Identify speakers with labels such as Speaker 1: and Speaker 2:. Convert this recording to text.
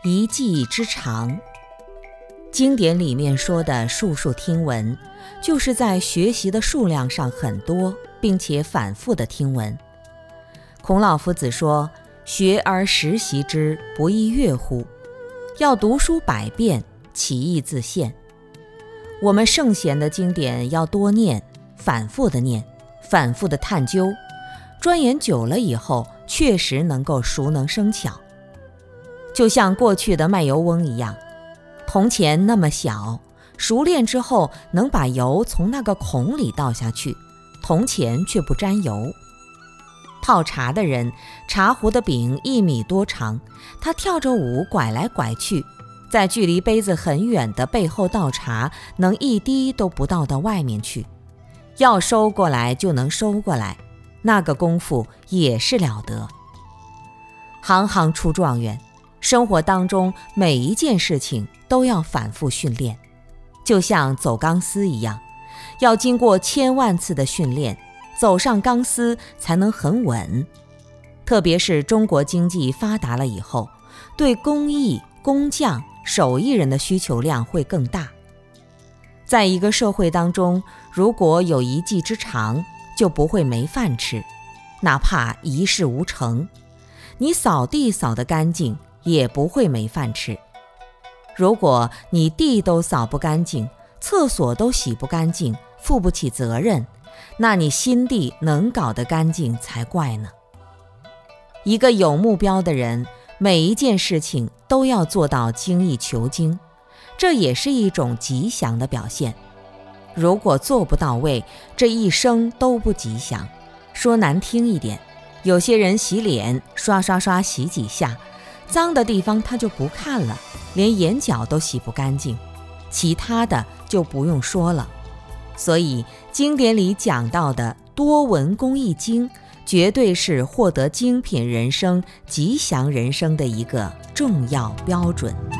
Speaker 1: 一技之长。经典里面说的述述听闻，就是在学习的数量上很多，并且反复的听闻。孔老夫子说，学而时习之，不亦说乎？要读书百遍，其义自现。我们圣贤的经典要多念，反复的念，反复的探究，钻研久了以后，确实能够熟能生巧。就像过去的卖油翁一样，铜钱那么小，熟练之后能把油从那个孔里倒下去，铜钱却不沾油。泡茶的人，茶壶的柄1米多长，他跳着舞拐来拐去，在距离杯子很远的背后倒茶，能一滴都不倒到外面去，要收过来就能收过来，那个功夫也是了得。行行出状元，生活当中每一件事情都要反复训练，就像走钢丝一样，要经过1000万次的训练，走上钢丝才能很稳。特别是中国经济发达了以后，对工艺、工匠、手艺人的需求量会更大。在一个社会当中，如果有一技之长，就不会没饭吃，哪怕一事无成，你扫地扫得干净，也不会没饭吃。如果你地都扫不干净，厕所都洗不干净，负不起责任，那你心地能搞得干净才怪呢。一个有目标的人，每一件事情都要做到精益求精，这也是一种吉祥的表现。如果做不到位，这一生都不吉祥。说难听一点，有些人洗脸刷刷刷洗几下，脏的地方他就不看了，连眼角都洗不干净，其他的就不用说了。所以经典里讲到的多闻工艺精，绝对是获得精品人生、吉祥人生的一个重要标准。